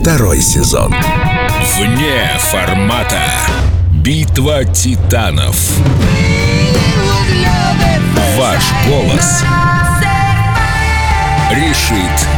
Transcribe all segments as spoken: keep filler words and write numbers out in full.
Второй сезон. Вне формата. Битва титанов. Ваш голос решит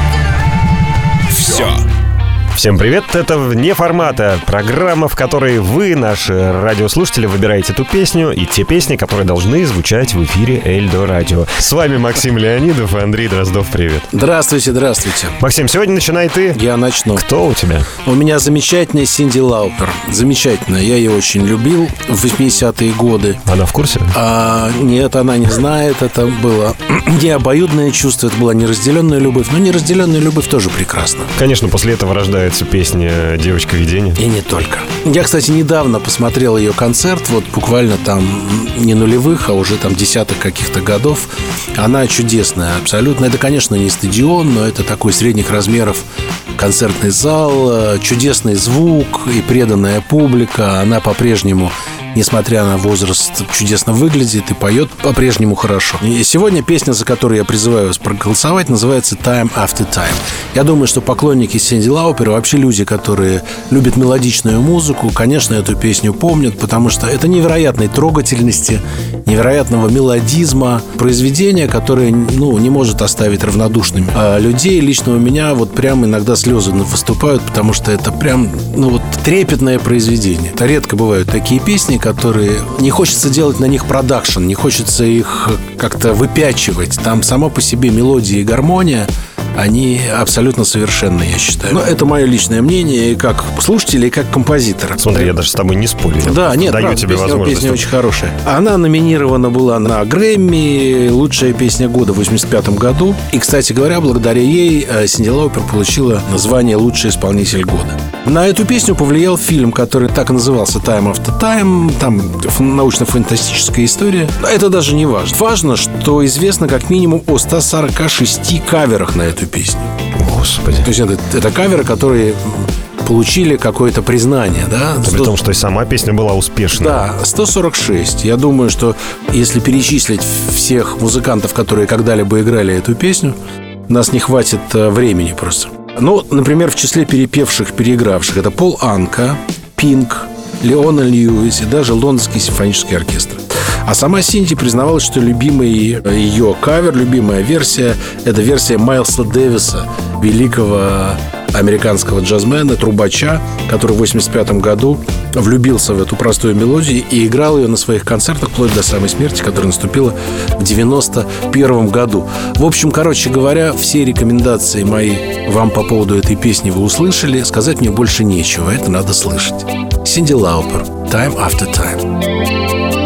все. Всем привет, это «Вне формата», программа, в которой вы, наши радиослушатели, выбираете ту песню и те песни, которые должны звучать в эфире Эльдо Радио. С вами Максим Леонидов и Андрей Дроздов, привет. Здравствуйте, здравствуйте. Максим, сегодня начинай ты. Я начну. Кто у тебя? У меня замечательная Синди Лаупер. Замечательная, я ее очень любил в восьмидесятые годы. Она в курсе? А, нет, она не знает, это было не обоюдное чувство, это была неразделенная любовь. Но неразделенная любовь тоже прекрасна. Конечно, после этого рождается песня «Девочка видения». И не только. Я, кстати, недавно посмотрел ее концерт, вот буквально там не нулевых, а уже там десятых каких-то годов. Она чудесная абсолютно. Это, конечно, не стадион, но это такой средних размеров концертный зал, чудесный звук и преданная публика. Она по-прежнему, несмотря на возраст, чудесно выглядит и поет по-прежнему хорошо. И сегодня песня, за которую я призываю вас проголосовать, называется «Time After Time». Я думаю, что поклонники Синди Лаупер, вообще люди, которые любят мелодичную музыку, конечно, эту песню помнят, потому что это невероятной трогательности, невероятного мелодизма, произведение, которое, ну, не может оставить равнодушными. А людей, лично у меня, вот прям иногда слезы выступают, потому что это прям, ну, вот трепетное произведение. Это редко бывают такие песни, которые не хочется делать на них продакшн, не хочется их как-то выпячивать. Там сама по себе мелодия и гармония, они абсолютно совершенны, я считаю. Но это мое личное мнение и как слушателя, и как композитора. Смотри, я даже с тобой не спорю. Да, нет, даю правда, тебе песня, возможность. Песня очень хорошая. Она номинирована была на Грэмми, лучшая песня года в восемьдесят пятом году. И, кстати говоря, благодаря ей Синди Лаупер получила название «Лучший исполнитель года». На эту песню повлиял фильм, который так и назывался «Time After Time». Там научно-фантастическая история. Это даже не важно. Важно, что известно как минимум о ста сорока шести каверах на эту песню. Господи. То есть это, это каверы, которые получили какое-то признание, да? Это при том, что и сама песня была успешной. Да, сто сорок шесть. Я думаю, что если перечислить всех музыкантов, которые когда-либо играли эту песню, у нас не хватит времени просто. Ну, например, в числе перепевших, переигравших это Пол Анка, Пинк, Леона Льюис и даже Лондонский симфонический оркестр. А сама Синди признавалась, что любимый ее кавер, любимая версия – это версия Майлса Дэвиса, великого американского джазмена, трубача, который в восемьдесят пятом году влюбился в эту простую мелодию и играл ее на своих концертах вплоть до самой смерти, которая наступила в девяносто первом году. В общем, короче говоря, все рекомендации мои вам по поводу этой песни вы услышали. Сказать мне больше нечего, это надо слышать. Синди Лаупер, «Time After Time».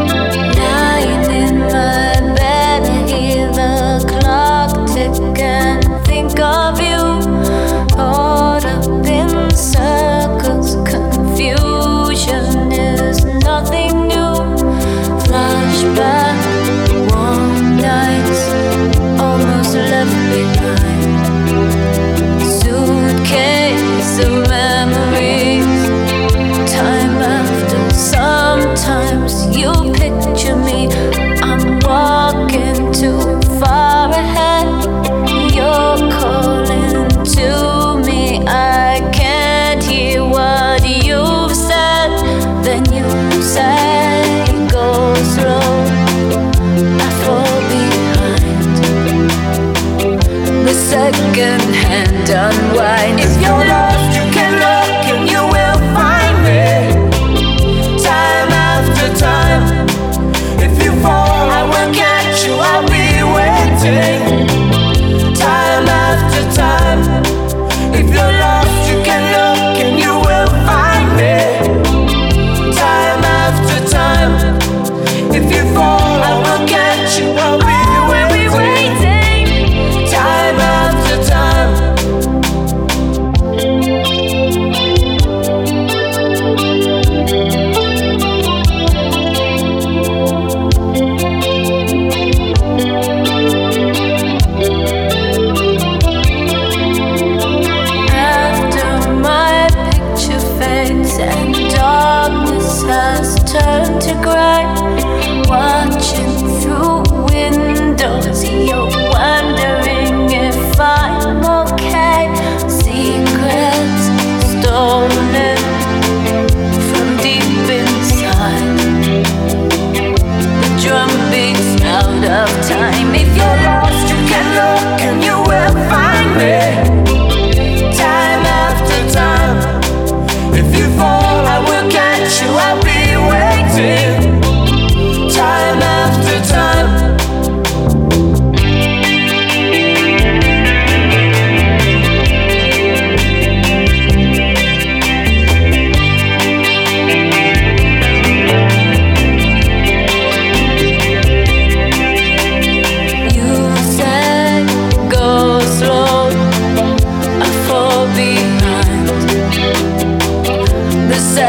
Second-hand unwind. If you're lost, you can look and you will find me. Time after time. If you fall, I will catch you. I'll be waiting. Time after time. If you're lost, you can look and you will find me. Time after time. If you fall, I will catch you. I'll be waiting. Time after time.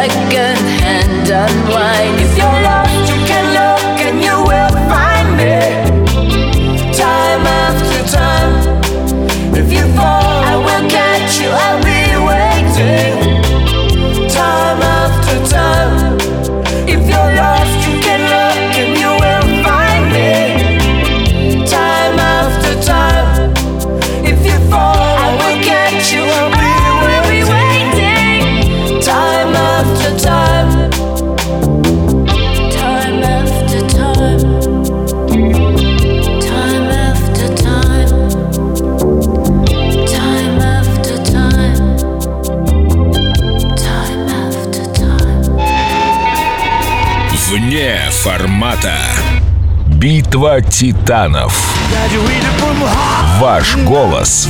second-hand unwind. If you're lost, you can look and you will find me. Time after time. If you fall, I will catch you, I'll be waiting. Time after time. If you're lost, you can look and you will find me. Time after time. If you fall, I will catch you, I'll be waiting. Time after time. Time after time. Time after time. Time after time. Time after time. Вне формата. Битва титанов. Ваш голос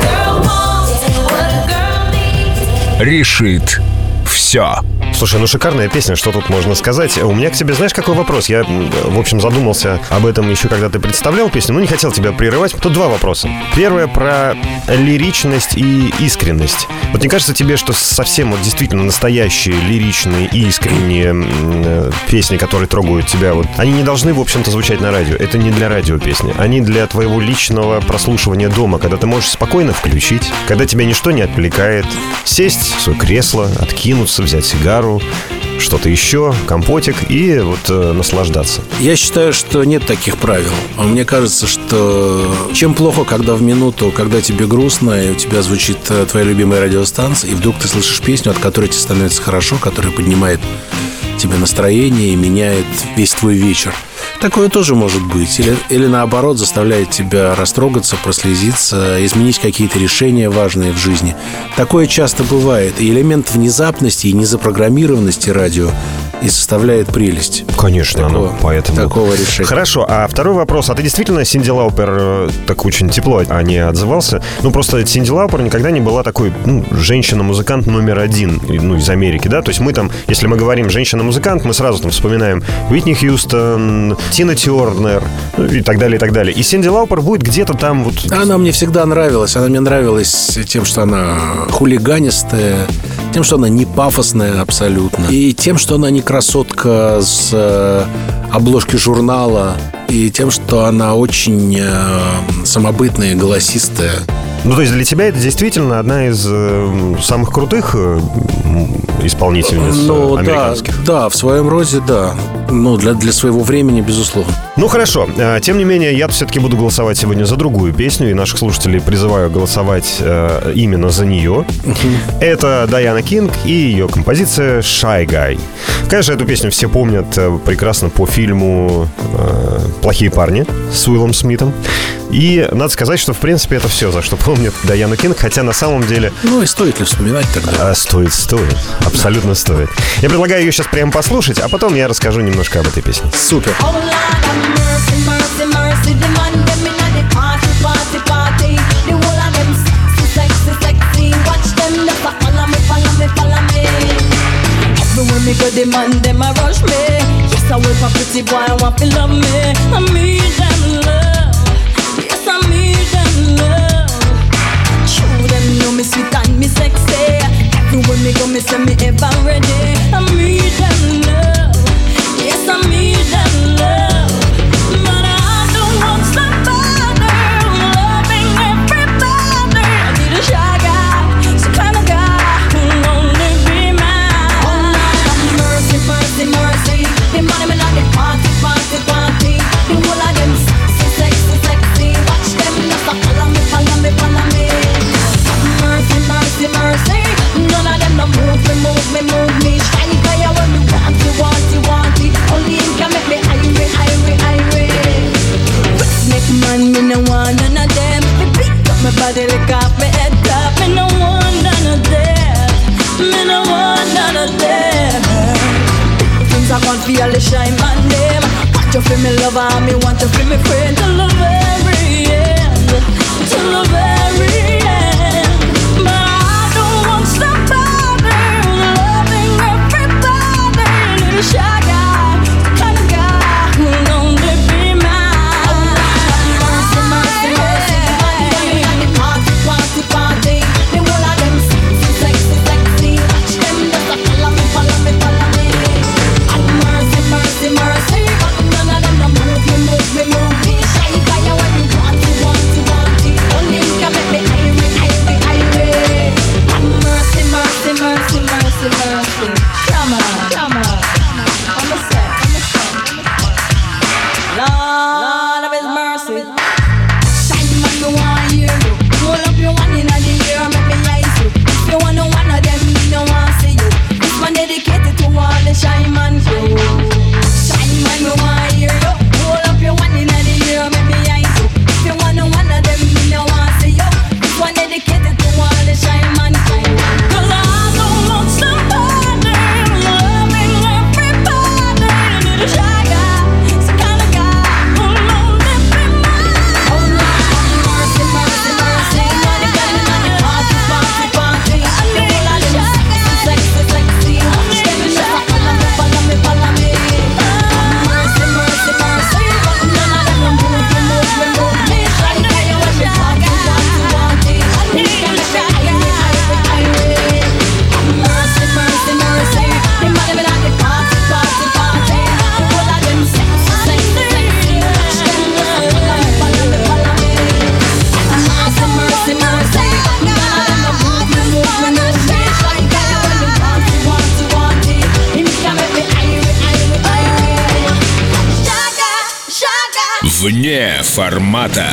решит все. Слушай, ну шикарная песня, что тут можно сказать. У меня к тебе, знаешь, какой вопрос? Я, в общем, задумался об этом еще, когда ты представлял песню, но не хотел тебя прерывать. Тут два вопроса. Первое про лиричность и искренность. Вот не кажется тебе, что совсем вот действительно настоящие, лиричные и искренние э, песни, которые трогают тебя, вот, они не должны, в общем-то, звучать на радио. Это не для радио песни. Они для твоего личного прослушивания дома, когда ты можешь спокойно включить, когда тебя ничто не отвлекает, сесть в свое кресло, откинуться, взять сигару, что-то еще, компотик и вот э, наслаждаться. Я считаю, что нет таких правил. Мне кажется, что чем плохо, когда в минуту, когда тебе грустно, и у тебя звучит твоя любимая радиостанция, и вдруг ты слышишь песню, от которой тебе становится хорошо, которая поднимает тебе настроение и меняет весь твой вечер. Такое тоже может быть. Или, или наоборот, заставляет тебя растрогаться, прослезиться, изменить какие-то решения важные в жизни. Такое часто бывает. И элемент внезапности и незапрограммированности радио и составляет прелесть. Конечно, такого, оно поэтому. Такого решения. Хорошо, а второй вопрос. А ты действительно, Синди Лаупер, так очень тепло о ней отзывался? Ну, просто Синди Лаупер никогда не была такой, ну, женщина-музыкант номер один, ну, из Америки, да? То есть мы там, если мы говорим женщина-музыкант, мы сразу там вспоминаем Уитни Хьюстон, Тина Тернер, ну, и так далее, и так далее. И Синди Лаупер будет где-то там вот... Она мне всегда нравилась. Она мне нравилась тем, что она хулиганистая, тем, что она не пафосная абсолютно, и тем, что она не красотка с э, обложки журнала, и тем, что она очень э, самобытная, голосистая. Ну, то есть для тебя это действительно одна из э, самых крутых э, исполнительниц ну, американских? Да, да, в своем роде, да. Ну, для, для своего времени, безусловно. Ну, хорошо. Тем не менее, я все-таки буду голосовать сегодня за другую песню, и наших слушателей призываю голосовать э, именно за нее. Uh-huh. Это Дайана Кинг и ее композиция «Shy Guy». Конечно, эту песню все помнят э, прекрасно по фильму э, «Плохие парни» с Уиллом Смитом. И надо сказать, что, в принципе, это все, за что помнят Дайану Кинг, хотя на самом деле... Ну, и стоит ли вспоминать тогда? А, стоит, стоит. Абсолютно стоит. Я предлагаю ее сейчас прямо послушать, а потом я расскажу немножко об этой песне. Супер. Me go demand them a rush me. Yes, I will for pretty boy, I want to love me. I need them love. Yes, I need them love. True, them know me sweet and me sexy. Everywhere me go, me say me ever ready. I need them love. Yes, I need them love. But I don't want somebody loving everybody. I need a shy guy, some kind of guy who only be mine. Oh, mercy, mercy, mercy. The money me like the party, party, party. The whole of them sexy, sexy, sexy. Watch them just follow me, follow me, follow me. Mercy, mercy, mercy. None of them no move me, move me, move me. Shiny guy, I want me, want you, want you, want you. Only him can make me irate, irate, irate. Next man, me no want none of them. Me pick up my body, lick off my head top. Me no want none of them. Me no want none of them. Things I want feel the shine on them. Want you feel me lover, me want you feel me friend. Till the very end, till the very end. But I don't want somebody loving everybody. Need a shy guy, the kind of guy who'll only be mine. Mercy, mercy, mercy. Money, money, party, party, party. The whole of them sexy, sexy, sexy. Watch them just follow me, follow me, Вне формата.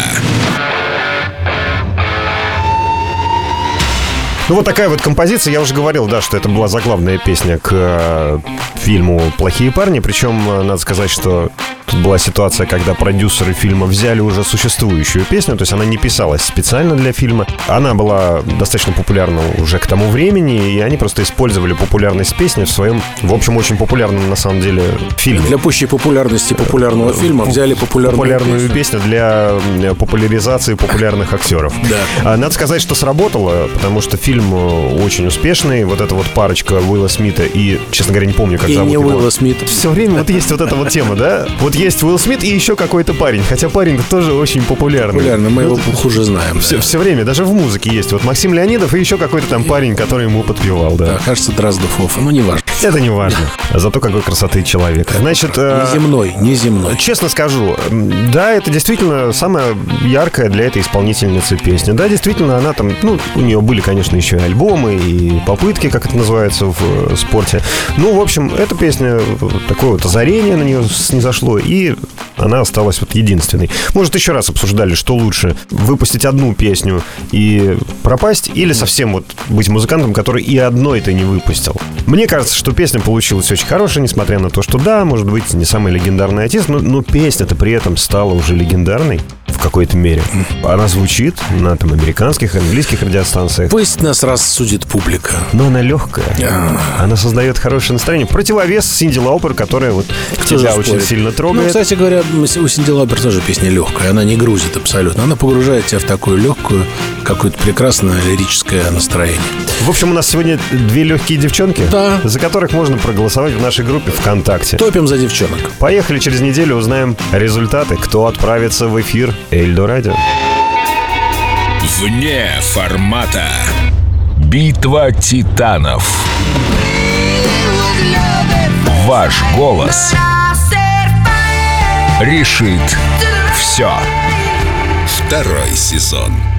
Ну, вот такая вот композиция. Я уже говорил, да, что это была заглавная песня к э, фильму «Плохие парни». Причем, э, надо сказать, что тут была ситуация, когда продюсеры фильма взяли уже существующую песню. То есть она не писалась специально для фильма. Она была достаточно популярна уже к тому времени. И они просто использовали популярность песни в своем, в общем, очень популярном, на самом деле, фильме. Для пущей популярности популярного фильма взяли популярную, популярную песню. песню для э, популяризации популярных актеров. Да. А, Надо сказать, что сработало, потому что фильм очень успешный. Вот эта вот парочка Уилла Смита и, честно говоря, не помню, как И зовут не его. Уилла Смита. Все время вот есть вот эта вот тема, да? Вот есть Уилл Смит и еще какой-то парень. Хотя парень тоже очень популярный. Популярно, мы его хуже знаем. Все, да. все время, даже в музыке есть. Вот Максим Леонидов и еще какой-то там парень, который ему подпевал, да. Да, кажется, Дроздов Оффа. Ну, не важно. Это не важно. Зато какой красоты человек. Значит, э, Неземной, неземной. честно скажу, м, да, это действительно самая яркая для этой исполнительницы песня. Да, действительно, она там, ну, у нее были, конечно, еще и альбомы, и попытки, как это называется в э, спорте. Ну, в общем, эта песня, такое вот озарение на нее снизошло, и она осталась вот единственной. Может, еще раз обсуждали, что лучше, выпустить одну песню и пропасть, или совсем вот быть музыкантом, который и одной-то не выпустил. Мне кажется, что песня получилась очень хорошая, несмотря на то, что, да, может быть, не самый легендарный артист, но, но песня-то при этом стала уже легендарной в какой-то мере. Она звучит на там американских, английских радиостанциях. Пусть нас рассудит публика. Но она легкая. А. Она создает хорошее настроение. Противовес Синди Лаупер, которая вот Кто же тебя очень спорит? сильно Ну, трогает. кстати говоря, у Синди Лаупер тоже песня легкая. Она не грузит абсолютно. Она погружает тебя в такую легкую, какое-то прекрасное лирическое настроение. В общем, у нас сегодня две легкие девчонки, Да. за которых можно проголосовать в нашей группе ВКонтакте. Топим за девчонок. Поехали, через неделю узнаем результаты, кто отправится в эфир Эльдо Радио. Вне формата. Битва титанов. Ваш голос решит все. Второй сезон.